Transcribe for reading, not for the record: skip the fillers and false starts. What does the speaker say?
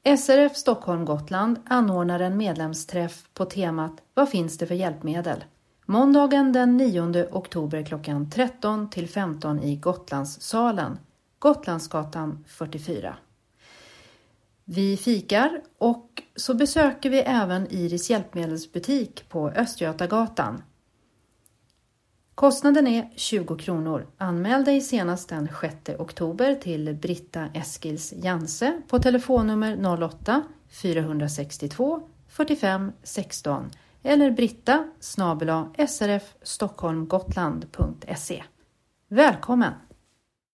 SRF Stockholm Gotland anordnar en medlemsträff på temat Vad finns det för hjälpmedel? Måndagen den 9 oktober klockan 13 till 15 i Gotlandssalen, Gotlandsgatan 44. Vi fikar och så besöker vi även Iris hjälpmedelsbutik på Östgötagatan. Kostnaden är 20 kronor. Anmäl dig senast den 6 oktober till Britta Eskils Janse på telefonnummer 08 462 45 16 eller britta@srfstockholmgotland.se. Välkommen!